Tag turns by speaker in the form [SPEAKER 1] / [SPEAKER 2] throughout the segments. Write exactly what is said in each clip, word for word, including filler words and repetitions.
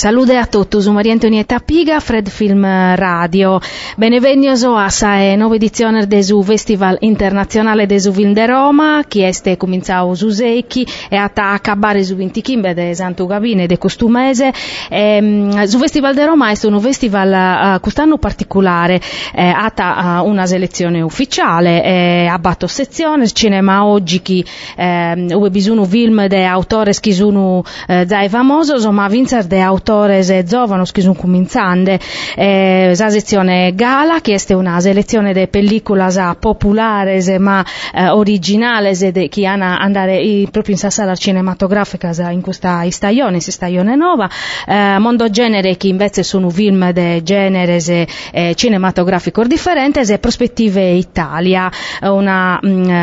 [SPEAKER 1] Salute a tutti, su Maria Antonietta Piga, Fred Film Radio. Benvenuti a questa nuova edizione del Festival Internazionale del Film de Roma, che è cominciato su Secchi e a acabare su venticinque di Santo Gabine di Costumese. Ehm, su Festival de Roma è un festival uh, quest'anno particolare, eh, ha uh, una selezione ufficiale, eh, ha batto sezione, cinema oggi che eh, ho bisogno film di autori che sono eh, già famosi, ma vincere di autori giovani che sono cominciando. Eh, la sezione Gala, che è una selezione di pellicole popolari ma eh, originali che hanno andare proprio in sala cinematografica in questa stagione, in stagione nuova. Eh, Mondo Genere, che invece sono film di genere eh, cinematografico differenti, e Prospettive Italia, una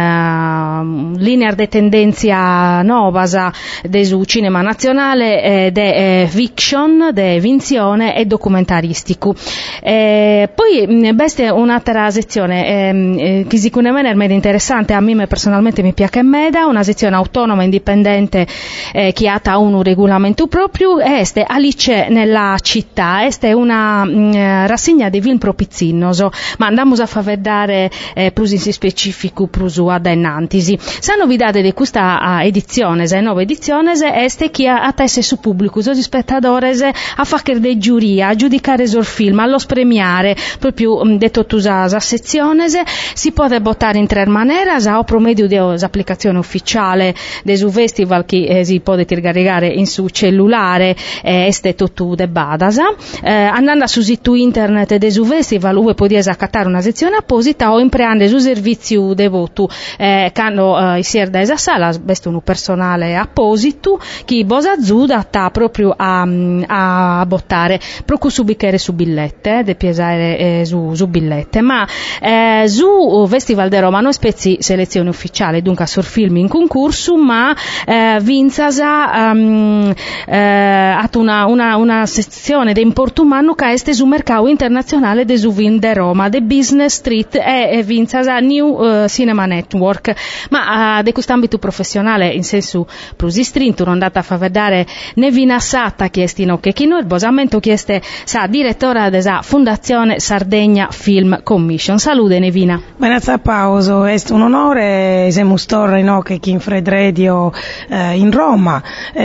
[SPEAKER 1] uh, linea di tendenza nuova del cinema nazionale, eh, de eh, fiction, de vinzione e documentaristico. Eh, poi beste un'altra sezione eh, che sicuramente è molto interessante, a me personalmente mi piace meda, una sezione autonoma indipendente eh, che ha un regolamento proprio, e este Alice nella città, este una mh, rassegna di film propizinoso, ma andiamo a far vedere eh, più in specifico più adenantisi. La novità di questa edizione, la nuova edizione, è che ha attese su pubblico, su spettatori a fare dei giuri, a giudicare il film, allo premiare, proprio detto tu la sezione, si può votare in tre maniere, o promedio dell'applicazione ufficiale del festival che eh, si può caricare in su cellulare, eh, este tutto de badasa, eh, andando sul sito internet del festival dove potete accattare una sezione apposita o impreando sul servizio de voto, eh, quando eh, si è da esa sala, questo un personale apposito che bosa zuda sta proprio a a bottare procuro su bicchiere su billette, de piesare eh, su, su billette, ma eh, su Festival de Roma non spezzi selezione ufficiale, dunque sur film in concorso, ma eh, vinzasa um, eh, at una, una, una sezione di importo umano che è su mercato internazionale de su film de Roma, de Business Street, e, e vinzasa New uh, Cinema Network, ma uh, de quest'ambito professionale in senso prosistrinto, non andata a far vedere Nevina Satta, che è stino che chi noi il bosamento che è sa direttora della Fondazione Sardegna Film Commission. Salute Nevina.
[SPEAKER 2] Benazza Pauso, è un onore, siamo storre no, che chi in Fred Radio eh, in Roma,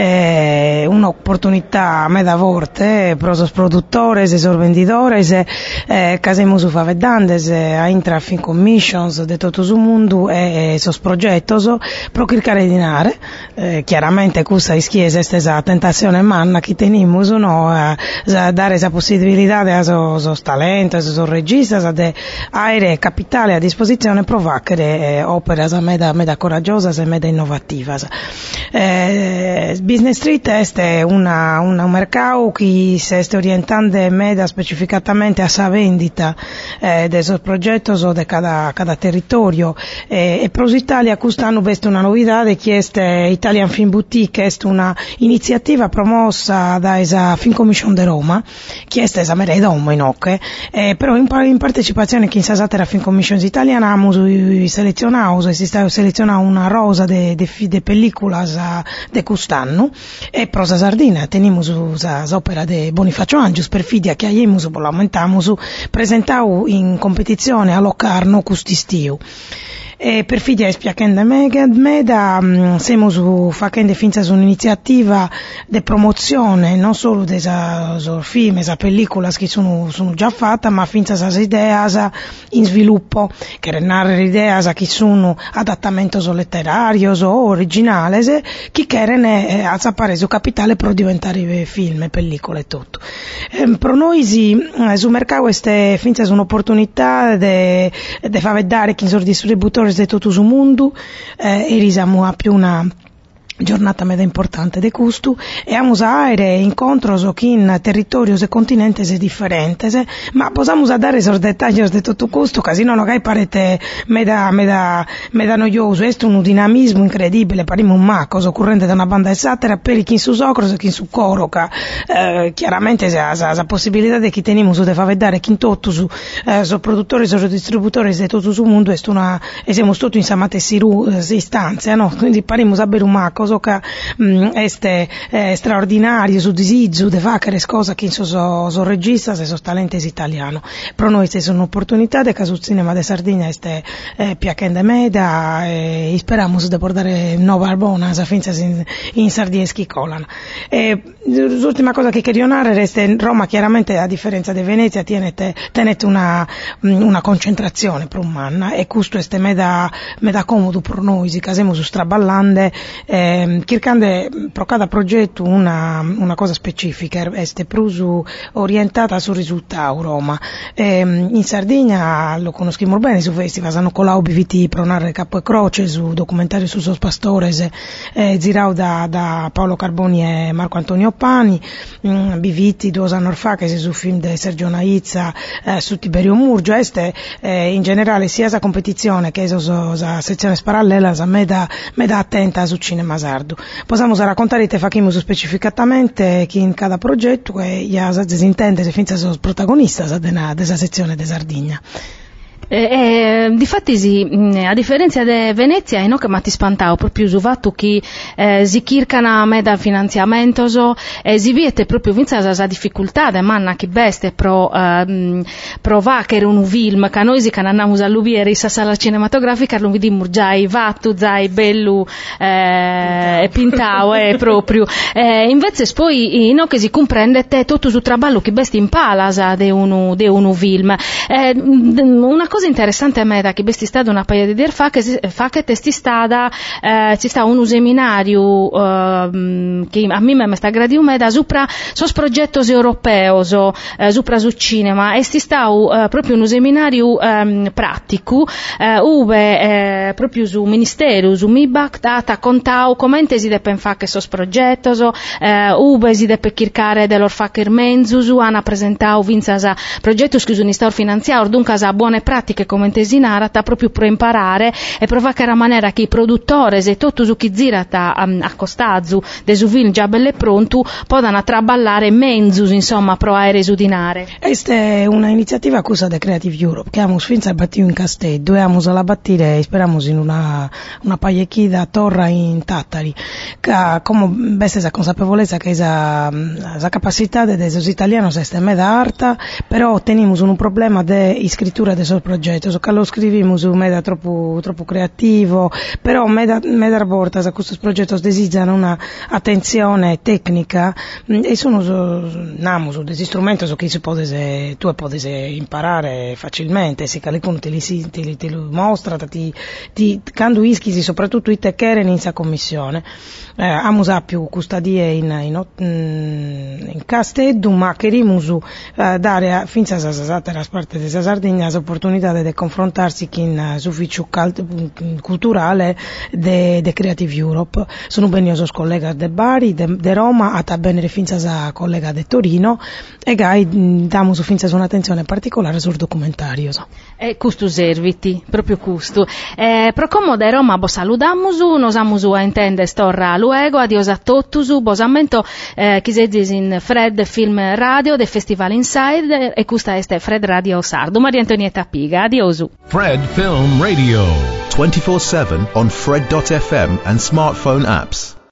[SPEAKER 2] eh, un'opportunità me da vorte, prosos produttores, esos vendidores, eh, casemo su favedandes, a intra Film Commissions de tutto il mondo e esos progettos, pro cercare di nare, eh, chiaramente questa ischiesa è stesa tentazione manna che tenimus no, a, a dare esa possibilità a esos talentos, esos registas, de aere capitale a disposizione pro facere eh, operas meda, meda coraggiosas e meda innovativas. Eh, Business Street è una, una, un mercato che si sta orientando meda specificatamente a sa vendita eh, de esos progettos o de cada, cada territorio, eh, e Pros Italia quest'anno è una novità che è Italian Film Boutique, è una iniziativa promossa da esa Film Commission de Roma, che è esa mera domo in ocche, eh, però in, in partecipazione che in sasatera Film Commission italiana amus selezionaus, e si sta selezionando una rosa de, de, de pelliculas de quest'anno, e prosa sardina tenimus sa opera de Bonifacio Angius per fidia che aimus laumentamus presentau in competizione a Locarno custistiu. E per fidia spiacende meda um, siamo su facendo finza su un'iniziativa di promozione non solo di film, esa pellicola che sono, sono già fatte, ma finza sa idee in sviluppo, che renare idee che sono adattamenti letterari o originali, che chiedono eh, a sapere su capitale per diventare film e pellicole e tutto. Eh, per noi sì, eh, sul mercato è finza un'opportunità di far vedere chi sono distributori di tutto il mondo, eh, e risiamo a più una giornata meda importante de custu, e amus a aere incontros in territorios e continentes differentes, ma possiamo a dare esos dettaglios de tutto custu, casi non lo gai parete meda, meda, meda noioso, est un dinamismo incredibile, parimo un macos occorrente da una banda de satira per chi su socros e chi su coroca, eh, chiaramente sa, sa, sa possibilità de chi tenimus de fa vedere chi in tutto su, eh, so produttori, so distributori de tutto su mondo, est una, e siamo tutti in samate siru, eh, istanze, no? Quindi parimus a bere un macos, cosa che um, este eh, straordinario su disizu de fare cose che so, so, so regista se so talenti italiano. Per noi è un'opportunità de che sul cinema de Sardegna este eh, piacende meda e speriamo di portare nuova arbona finza in, in Sardegna schicolana. E l'ultima cosa che voglio dire è che Roma chiaramente a differenza di Venezia tenete, tenete una, una concentrazione per un anno e questo è meda, meda comodo per noi, si casiamo su straballande eh, cercando per cada progetto una, una cosa specifica, è più orientata sul risultato Roma. Eh, in Sardegna lo conosciamo bene su festival, hanno collato B V T Pronare Capo e Croce su documentario su Sos Pastores eh, girato da, da Paolo Carboni e Marco Antonio Pani, mm, B V T due anni fa che si su film di Sergio Naizza eh, su Tiberio Murgio, este eh, in generale sia la competizione che la sezione parallela a me da, me da attenta su cinema sardo. Possiamo raccontare te facciamo specificatamente chi in cada progetto e ya si intende se finza sono protagonista della sezione di Sardegna.
[SPEAKER 1] Eh, eh, difatti sì, a differenza di Venezia è no che mi ti spantavo proprio su fatto che eh, si cercano me da finanziamento so, e si vede proprio vinza la difficoltà de manna che beste pro eh, provare che era un film che noi si che andiamo a lubiere in sala cinematografica lo vediamo già i vattu zai bello eh, pintao è proprio eh, invece poi no che si comprende te tutto su traballo che besti in palasa de uno de uno film eh, una cosa interessante a me da che besti stata una paia di dir fa che fa che testi stata eh, ci sta un seminario eh, che a me mi sta gradio me da supra sos progettos europeos eh, supra su cinema e sti sta uh, proprio un seminario um, pratico uh, ove eh, proprio su ministero su M I B A C data contau come si deve fare che sos progettos eh, ove si deve cercare dell'orfacher menzus hanno presentato vinza progettos che sono stati finanziati dunque a buone pratiche come tesinarata proprio per imparare e provare che era maniera che i produttori e tutto su chi zirata um, a costazu de su film già belle pronto possano traballare menzus insomma pro aerei sudinare.
[SPEAKER 2] Questa è una iniziativa accusa da Creative Europe che abbiamo finza battuto in Castello e abbiamo alla battire e speriamo in una una pagliechida torra in Tattari che come beste esa consapevolezza che esa, esa capacità de esos italianos è meda arta però teniamo un problema di scrittura de sos progetto, so che lo scriviamo su meda troppo, troppo creativo, però meda, meda volta a questi progetti desiderano una attenzione tecnica e sono namo su degli strumenti su che si può tu puoi imparare facilmente, se qualcuno te li, te li, te li mostra, ti, ti quando ischi soprattutto i teccheren in sa commissione. Eh, amusa più custodie in, in, in, in Castello, ma queriamo eh, dare finza a la parte della Sardegna l'opportunità di confrontarsi con l'ufficio culturale de, de Creative Europe. Sono beniosos collega de Bari, de, de Roma, a bene finza a collega de Torino e gai damo su finza un'attenzione particolare sul documentario.
[SPEAKER 1] E custo serviti, proprio custo. Eh, pro como de Roma bo saludamusu, nos amusu a intende storra luego, adios a tottusu, bosamento eh, chisedis in Fred Film Radio de Festival Inside e custa este Fred Radio Sardo. Maria Antonietta Piga, adiosu.
[SPEAKER 3] Fred Film Radio. twenty-four seven on Fred dot f m and smartphone apps.